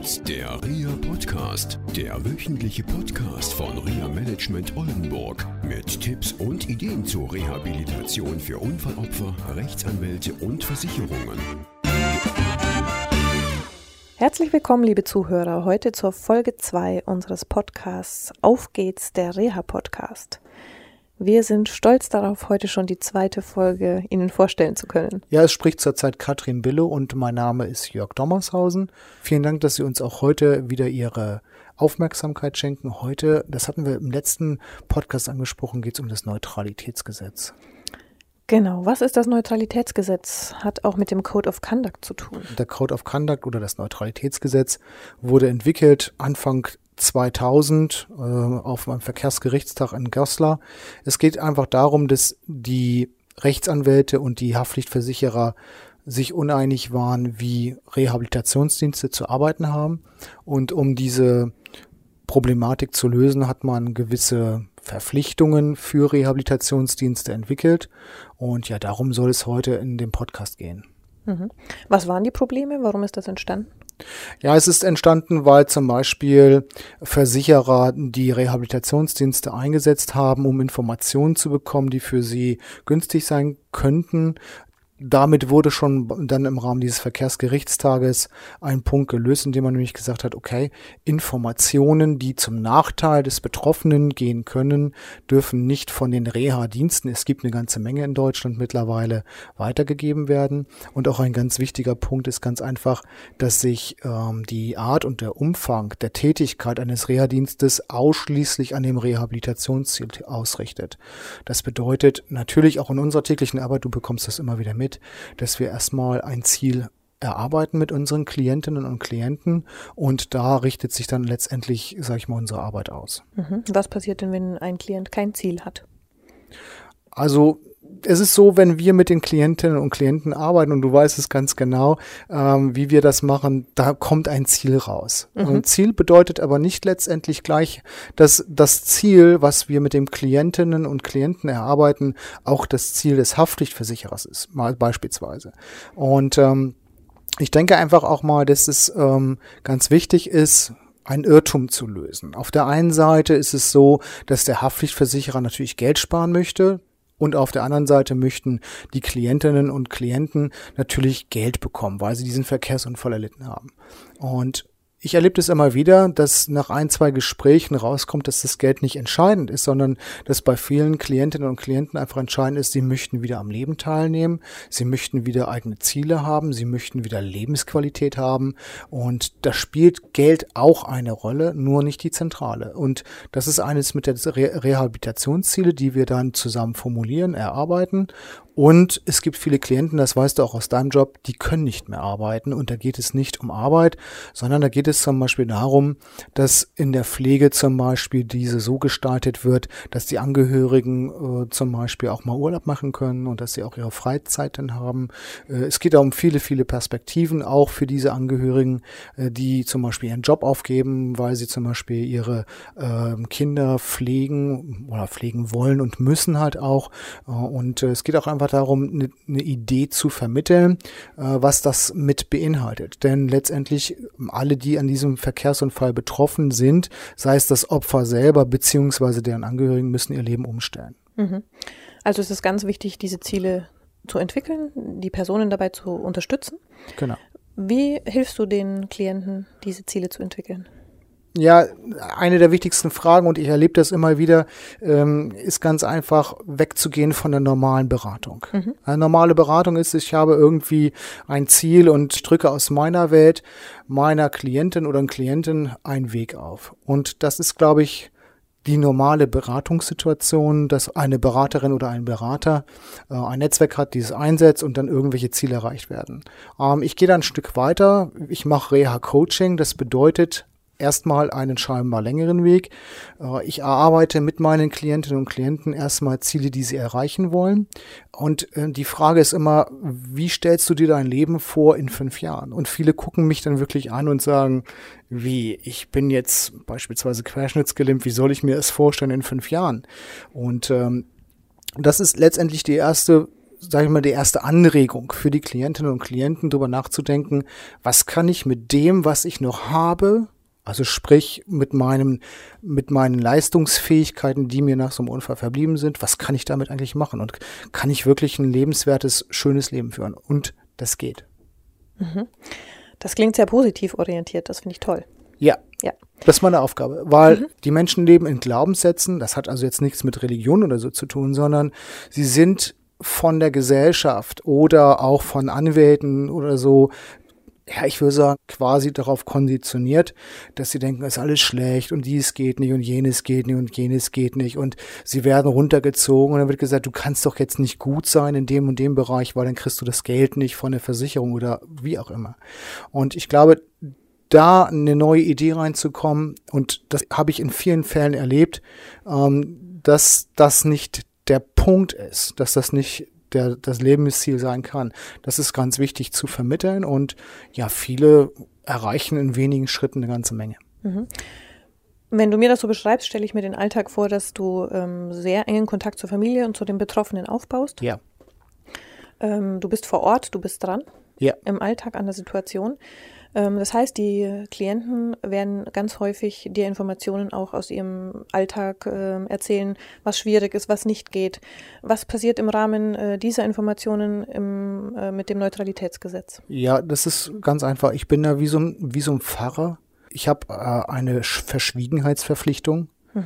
hört der REHA-Podcast, der wöchentliche Podcast von REHA Management Oldenburg mit Tipps und Ideen zur Rehabilitation für Unfallopfer, Rechtsanwälte und Versicherungen. Herzlich willkommen, liebe Zuhörer, heute zur Folge 2 unseres Podcasts Auf geht's, der REHA-Podcast. Wir sind stolz darauf, heute schon die zweite Folge Ihnen vorstellen zu können. Ja, es spricht zurzeit Katrin Bille und mein Name ist Jörg Dommershausen. Vielen Dank, dass Sie uns auch heute wieder Ihre Aufmerksamkeit schenken. Heute, das hatten wir im letzten Podcast angesprochen, geht es um das Neutralitätsgesetz. Genau, was ist das Neutralitätsgesetz? Hat auch mit dem Code of Conduct zu tun. Der Code of Conduct oder das Neutralitätsgesetz wurde entwickelt Anfang 2000 auf einem Verkehrsgerichtstag in Goslar. Es geht einfach darum, dass die Rechtsanwälte und die Haftpflichtversicherer sich uneinig waren, wie Rehabilitationsdienste zu arbeiten haben. Und um diese Problematik zu lösen, hat man gewisse Verpflichtungen für Rehabilitationsdienste entwickelt. Und ja, darum soll es heute in dem Podcast gehen. Was waren die Probleme? Warum ist das entstanden? Ja, es ist entstanden, weil zum Beispiel Versicherer die Rehabilitationsdienste eingesetzt haben, um Informationen zu bekommen, die für sie günstig sein könnten. Damit wurde schon dann im Rahmen dieses Verkehrsgerichtstages ein Punkt gelöst, indem man nämlich gesagt hat, okay, Informationen, die zum Nachteil des Betroffenen gehen können, dürfen nicht von den Reha-Diensten, es gibt eine ganze Menge in Deutschland mittlerweile, weitergegeben werden. Und auch ein ganz wichtiger Punkt ist ganz einfach, dass sich die Art und der Umfang der Tätigkeit eines Reha-Dienstes ausschließlich an dem Rehabilitationsziel ausrichtet. Das bedeutet natürlich auch in unserer täglichen Arbeit, du bekommst das immer wieder mit, dass wir erstmal ein Ziel erarbeiten mit unseren Klientinnen und Klienten und da richtet sich dann letztendlich, sage ich mal, unsere Arbeit aus. Was passiert denn, wenn ein Klient kein Ziel hat? Also es ist so, wenn wir mit den Klientinnen und Klienten arbeiten und du weißt es ganz genau, wie wir das machen, da kommt ein Ziel raus. Ein Ziel bedeutet aber nicht letztendlich gleich, dass das Ziel, was wir mit den Klientinnen und Klienten erarbeiten, auch das Ziel des Haftpflichtversicherers ist, mal beispielsweise. Und ich denke einfach auch mal, dass es ganz wichtig ist, ein Irrtum zu lösen. Auf der einen Seite ist es so, dass der Haftpflichtversicherer natürlich Geld sparen möchte. Und auf der anderen Seite möchten die Klientinnen und Klienten natürlich Geld bekommen, weil sie diesen Verkehrsunfall erlitten haben. Und ich erlebe das immer wieder, dass nach 1-2 Gesprächen rauskommt, dass das Geld nicht entscheidend ist, sondern dass bei vielen Klientinnen und Klienten einfach entscheidend ist, sie möchten wieder am Leben teilnehmen, sie möchten wieder eigene Ziele haben, sie möchten wieder Lebensqualität haben und da spielt Geld auch eine Rolle, nur nicht die zentrale. Und das ist eines mit der Rehabilitationsziele, die wir dann zusammen formulieren, erarbeiten. Und es gibt viele Klienten, das weißt du auch aus deinem Job, die können nicht mehr arbeiten und da geht es nicht um Arbeit, sondern da geht es zum Beispiel darum, dass in der Pflege zum Beispiel diese so gestaltet wird, dass die Angehörigen zum Beispiel auch mal Urlaub machen können und dass sie auch ihre Freizeit dann haben. Es geht auch um viele, viele Perspektiven, auch für diese Angehörigen, die zum Beispiel ihren Job aufgeben, weil sie zum Beispiel ihre Kinder pflegen oder pflegen wollen und müssen halt auch. Und es geht auch einfach darum, eine Idee zu vermitteln, was das mit beinhaltet. Denn letztendlich alle, die an diesem Verkehrsunfall betroffen sind, sei es das Opfer selber beziehungsweise deren Angehörigen, müssen ihr Leben umstellen. Also es ist ganz wichtig, diese Ziele zu entwickeln, die Personen dabei zu unterstützen. Genau. Wie hilfst du den Klienten, diese Ziele zu entwickeln? Ja, eine der wichtigsten Fragen, und ich erlebe das immer wieder, ist ganz einfach wegzugehen von der normalen Beratung. Eine normale Beratung ist, ich habe irgendwie ein Ziel und drücke aus meiner Welt meiner Klientin oder Klientin einen Weg auf. Und das ist, glaube ich, die normale Beratungssituation, dass eine Beraterin oder ein Berater ein Netzwerk hat, dieses einsetzt und dann irgendwelche Ziele erreicht werden. Ich gehe da ein Stück weiter. Ich mache Reha-Coaching. Das bedeutet erstmal einen scheinbar längeren Weg. Ich erarbeite mit meinen Klientinnen und Klienten erstmal Ziele, die sie erreichen wollen. Und die Frage ist immer, wie stellst du dir dein Leben vor in 5 Jahren? Und viele gucken mich dann wirklich an und sagen, wie, ich bin jetzt beispielsweise querschnittsgelähmt, wie soll ich mir das vorstellen in 5 Jahren? Und das ist letztendlich die erste sage ich mal, die erste Anregung für die Klientinnen und Klienten, darüber nachzudenken, was kann ich mit dem, was ich noch habe, also sprich mit meinen Leistungsfähigkeiten, die mir nach so einem Unfall verblieben sind, was kann ich damit eigentlich machen? Und kann ich wirklich ein lebenswertes, schönes Leben führen? Und das geht. Das klingt sehr positiv orientiert, das finde ich toll. Ja, das ist meine Aufgabe, weil die Menschen leben in Glaubenssätzen, das hat also jetzt nichts mit Religion oder so zu tun, sondern sie sind von der Gesellschaft oder auch von Anwälten oder so, ja, ich würde sagen, quasi darauf konditioniert, dass sie denken, es ist alles schlecht und dies geht nicht und jenes geht nicht und jenes geht nicht und sie werden runtergezogen und dann wird gesagt, du kannst doch jetzt nicht gut sein in dem und dem Bereich, weil dann kriegst du das Geld nicht von der Versicherung oder wie auch immer. Und ich glaube, da eine neue Idee reinzukommen, und das habe ich in vielen Fällen erlebt, dass das nicht der Punkt ist, dass das nicht das Lebensziel sein kann. Das ist ganz wichtig zu vermitteln und ja, viele erreichen in wenigen Schritten eine ganze Menge. Wenn du mir das so beschreibst, stelle ich mir den Alltag vor, dass du sehr engen Kontakt zur Familie und zu den Betroffenen aufbaust. Ja. Du bist vor Ort, du bist dran im Alltag an der Situation. Das heißt, die Klienten werden ganz häufig dir Informationen auch aus ihrem Alltag erzählen, was schwierig ist, was nicht geht. Was passiert im Rahmen dieser Informationen mit dem Neutralitätsgesetz? Ja, das ist ganz einfach. Ich bin da wie so ein Pfarrer. Ich habe eine Verschwiegenheitsverpflichtung.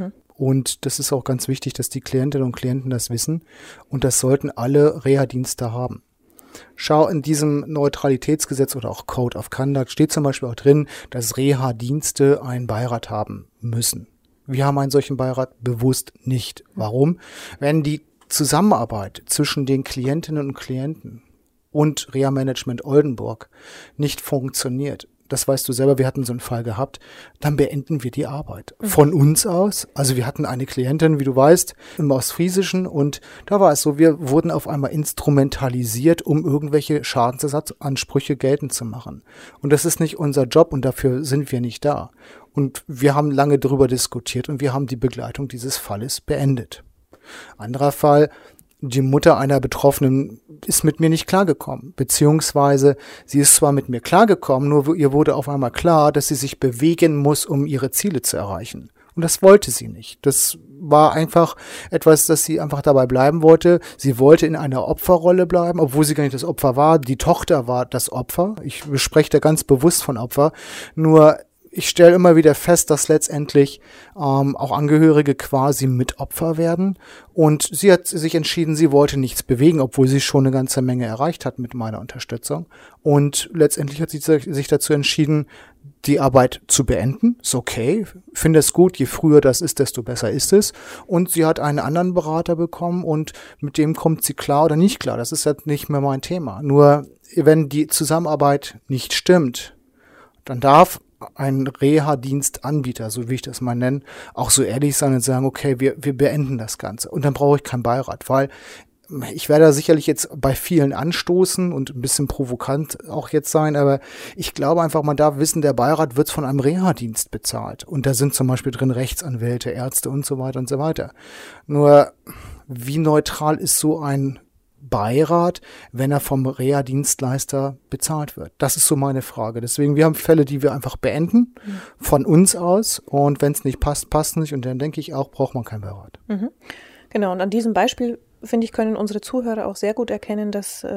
Und das ist auch ganz wichtig, dass die Klientinnen und Klienten das wissen. Und das sollten alle Reha-Dienste haben. Schau, in diesem Neutralitätsgesetz oder auch Code of Conduct steht zum Beispiel auch drin, dass Reha-Dienste einen Beirat haben müssen. Wir haben einen solchen Beirat bewusst nicht. Warum? Wenn die Zusammenarbeit zwischen den Klientinnen und Klienten und Reha-Management Oldenburg nicht funktioniert, das weißt du selber, wir hatten so einen Fall gehabt, dann beenden wir die Arbeit. Von uns aus, also wir hatten eine Klientin, wie du weißt, im Ostfriesischen und da war es so, wir wurden auf einmal instrumentalisiert, um irgendwelche Schadensersatzansprüche geltend zu machen. Und das ist nicht unser Job und dafür sind wir nicht da. Und wir haben lange darüber diskutiert und wir haben die Begleitung dieses Falles beendet. Anderer Fall, die Mutter einer Betroffenen ist mit mir nicht klargekommen, beziehungsweise sie ist zwar mit mir klargekommen, nur ihr wurde auf einmal klar, dass sie sich bewegen muss, um ihre Ziele zu erreichen. Und das wollte sie nicht. Das war einfach etwas, dass sie einfach dabei bleiben wollte. Sie wollte in einer Opferrolle bleiben, obwohl sie gar nicht das Opfer war. Die Tochter war das Opfer. Ich spreche da ganz bewusst von Opfer. Nur ich stelle immer wieder fest, dass letztendlich auch Angehörige quasi mit Opfer werden. Und sie hat sich entschieden, sie wollte nichts bewegen, obwohl sie schon eine ganze Menge erreicht hat mit meiner Unterstützung. Und letztendlich hat sie sich dazu entschieden, die Arbeit zu beenden. Ist okay, finde es gut, je früher das ist, desto besser ist es. Und sie hat einen anderen Berater bekommen und mit dem kommt sie klar oder nicht klar. Das ist jetzt nicht mehr mein Thema. Nur wenn die Zusammenarbeit nicht stimmt, dann darf ein Reha-Dienstanbieter, so wie ich das mal nenne, auch so ehrlich sein und sagen, okay, wir beenden das Ganze. Und dann brauche ich keinen Beirat, weil ich werde da sicherlich jetzt bei vielen anstoßen und ein bisschen provokant auch jetzt sein, aber ich glaube einfach, man darf wissen, der Beirat wird von einem Reha-Dienst bezahlt. Und da sind zum Beispiel drin Rechtsanwälte, Ärzte und so weiter und so weiter. Nur, wie neutral ist so ein Beirat, wenn er vom Reha-Dienstleister bezahlt wird? Das ist so meine Frage. Deswegen, wir haben Fälle, die wir einfach beenden, von uns aus. Und wenn es nicht passt, passt nicht. Und dann denke ich auch, braucht man keinen Beirat. Genau, und an diesem Beispiel, finde ich, können unsere Zuhörer auch sehr gut erkennen, dass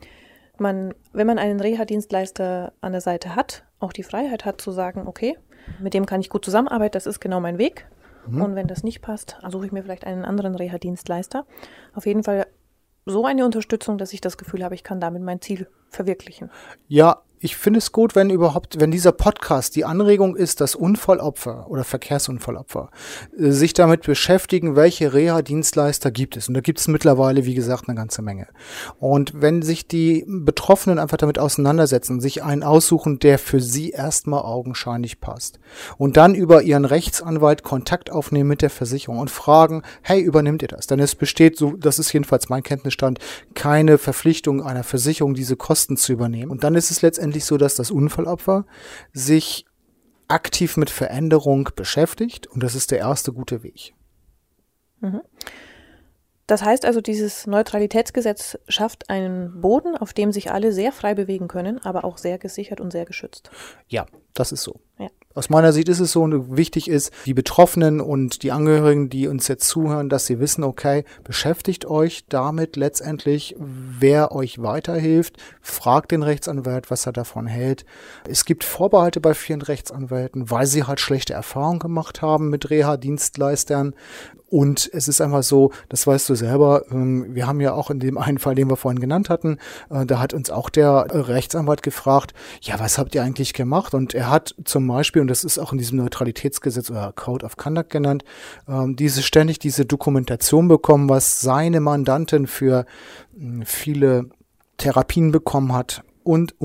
man, wenn man einen Reha-Dienstleister an der Seite hat, auch die Freiheit hat zu sagen, okay, mit dem kann ich gut zusammenarbeiten, das ist genau mein Weg. Und wenn das nicht passt, suche ich mir vielleicht einen anderen Reha-Dienstleister. Auf jeden Fall so eine Unterstützung, dass ich das Gefühl habe, ich kann damit mein Ziel verwirklichen. Ja, ich finde es gut, wenn dieser Podcast die Anregung ist, dass Unfallopfer oder Verkehrsunfallopfer sich damit beschäftigen, welche Reha-Dienstleister gibt es. Und da gibt es mittlerweile, wie gesagt, eine ganze Menge. Und wenn sich die Betroffenen einfach damit auseinandersetzen, sich einen aussuchen, der für sie erstmal augenscheinlich passt und dann über ihren Rechtsanwalt Kontakt aufnehmen mit der Versicherung und fragen, hey, übernimmt ihr das? Denn es besteht, so, das ist jedenfalls mein Kenntnisstand, keine Verpflichtung einer Versicherung, diese Kosten zu übernehmen. Und dann ist es letztendlich so, dass das Unfallopfer sich aktiv mit Veränderung beschäftigt und das ist der erste gute Weg. Das heißt also, dieses Neutralitätsgesetz schafft einen Boden, auf dem sich alle sehr frei bewegen können, aber auch sehr gesichert und sehr geschützt. Ja, das ist so. Ja. Aus meiner Sicht ist es so, und wichtig ist, die Betroffenen und die Angehörigen, die uns jetzt zuhören, dass sie wissen, okay, beschäftigt euch damit letztendlich, wer euch weiterhilft, fragt den Rechtsanwalt, was er davon hält. Es gibt Vorbehalte bei vielen Rechtsanwälten, weil sie halt schlechte Erfahrungen gemacht haben mit Reha-Dienstleistern. Und es ist einfach so, das weißt du selber, wir haben ja auch in dem einen Fall, den wir vorhin genannt hatten, da hat uns auch der Rechtsanwalt gefragt, ja, was habt ihr eigentlich gemacht? Und er hat zum Beispiel, und das ist auch in diesem Neutralitätsgesetz oder Code of Conduct genannt, ständig diese Dokumentation bekommen, was seine Mandantin für viele Therapien bekommen hat. Und.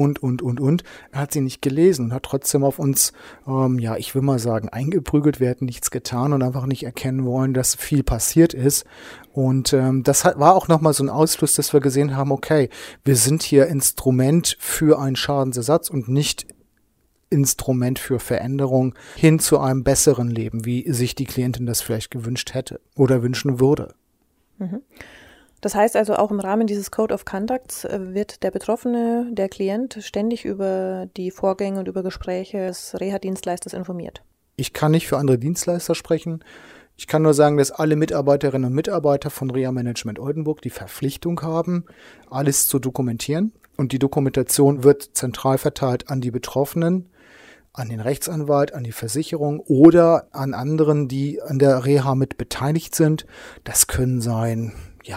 Er hat sie nicht gelesen und hat trotzdem auf uns, ich will mal sagen, eingeprügelt. Wir hätten nichts getan und einfach nicht erkennen wollen, dass viel passiert ist. Und das war auch nochmal so ein Ausfluss, dass wir gesehen haben, okay, wir sind hier Instrument für einen Schadensersatz und nicht Instrument für Veränderung hin zu einem besseren Leben, wie sich die Klientin das vielleicht gewünscht hätte oder wünschen würde. Mhm. Das heißt also, auch im Rahmen dieses Code of Conducts wird der Betroffene, der Klient, ständig über die Vorgänge und über Gespräche des Reha-Dienstleisters informiert. Ich kann nicht für andere Dienstleister sprechen. Ich kann nur sagen, dass alle Mitarbeiterinnen und Mitarbeiter von Reha Management Oldenburg die Verpflichtung haben, alles zu dokumentieren. Und die Dokumentation wird zentral verteilt an die Betroffenen, an den Rechtsanwalt, an die Versicherung oder an anderen, die an der Reha mit beteiligt sind. Das können sein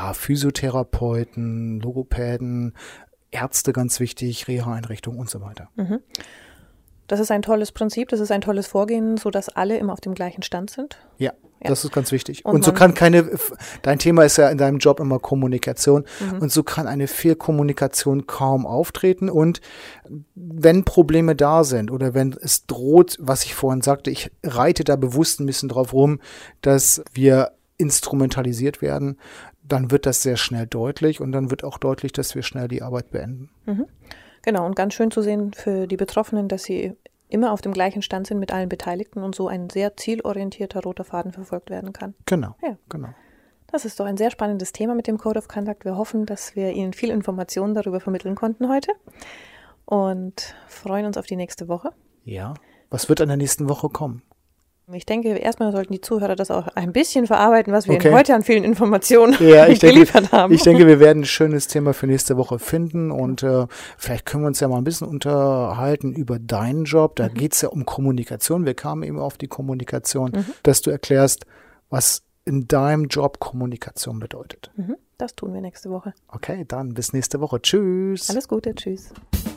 Physiotherapeuten, Logopäden, Ärzte, ganz wichtig, Reha-Einrichtungen und so weiter. Mhm. Das ist ein tolles Prinzip, das ist ein tolles Vorgehen, sodass alle immer auf dem gleichen Stand sind. Ja, das ist ganz wichtig. Und so kann dein Thema ist ja in deinem Job immer Kommunikation, und so kann eine Fehlkommunikation kaum auftreten. Und wenn Probleme da sind oder wenn es droht, was ich vorhin sagte, ich reite da bewusst ein bisschen drauf rum, dass wir instrumentalisiert werden, dann wird das sehr schnell deutlich und dann wird auch deutlich, dass wir schnell die Arbeit beenden. Mhm. Genau, und ganz schön zu sehen für die Betroffenen, dass sie immer auf dem gleichen Stand sind mit allen Beteiligten und so ein sehr zielorientierter roter Faden verfolgt werden kann. Genau, ja. Genau. Das ist doch ein sehr spannendes Thema mit dem Code of Conduct. Wir hoffen, dass wir Ihnen viel Informationen darüber vermitteln konnten heute und freuen uns auf die nächste Woche. Ja, was wird an der nächsten Woche kommen? Ich denke, erstmal sollten die Zuhörer das auch ein bisschen verarbeiten, was wir Ihnen heute an vielen Informationen geliefert haben. Ich denke, wir werden ein schönes Thema für nächste Woche finden und vielleicht können wir uns ja mal ein bisschen unterhalten über deinen Job. Da geht es ja um Kommunikation. Wir kamen eben auf die Kommunikation, dass du erklärst, was in deinem Job Kommunikation bedeutet. Das tun wir nächste Woche. Okay, dann bis nächste Woche. Tschüss. Alles Gute, tschüss.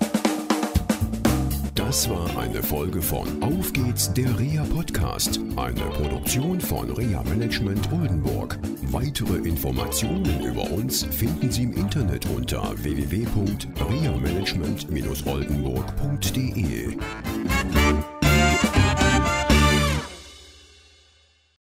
Das war eine Folge von Auf geht's, der Reha-Podcast, eine Produktion von Reha Management Oldenburg. Weitere Informationen über uns finden Sie im Internet unter www.rehamanagement-oldenburg.de.